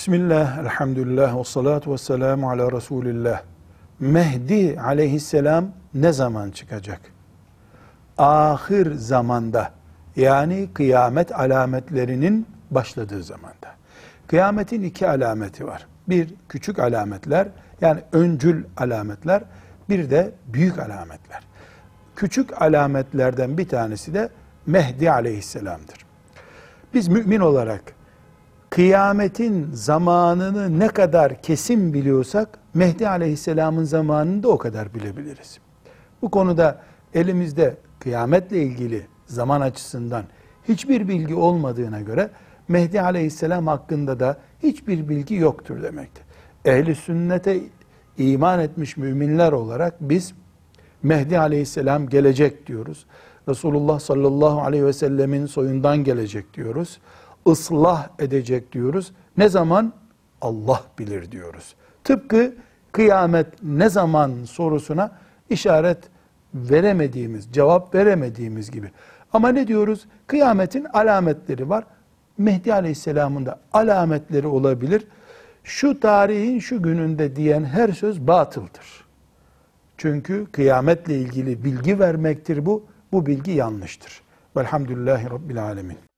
Bismillah, elhamdülillah, ve salatu ve selamu ala Resulillah. Mehdi aleyhisselam ne zaman çıkacak? Ahir zamanda, yani kıyamet alametlerinin başladığı zamanda. Kıyametin iki alameti var. Bir, küçük alametler, yani öncül alametler, bir de büyük alametler. Küçük alametlerden bir tanesi de Mehdi aleyhisselamdır. Biz mümin olarak kıyametin zamanını ne kadar kesin biliyorsak, Mehdi aleyhisselamın zamanını da o kadar bilebiliriz. Bu konuda elimizde kıyametle ilgili zaman açısından hiçbir bilgi olmadığına göre, Mehdi aleyhisselam hakkında da hiçbir bilgi yoktur demektir. Ehli sünnete iman etmiş müminler olarak biz, Mehdi aleyhisselam gelecek diyoruz. Resulullah sallallahu aleyhi ve sellemin soyundan gelecek diyoruz. Islah edecek diyoruz. Ne zaman? Allah bilir diyoruz. Tıpkı kıyamet ne zaman sorusuna işaret veremediğimiz, cevap veremediğimiz gibi. Ama ne diyoruz? Kıyametin alametleri var. Mehdi Aleyhisselam'ın da alametleri olabilir. Şu tarihin şu gününde diyen her söz batıldır. Çünkü kıyametle ilgili bilgi vermektir bu. Bu bilgi yanlıştır. Velhamdülillahi Rabbil Alemin.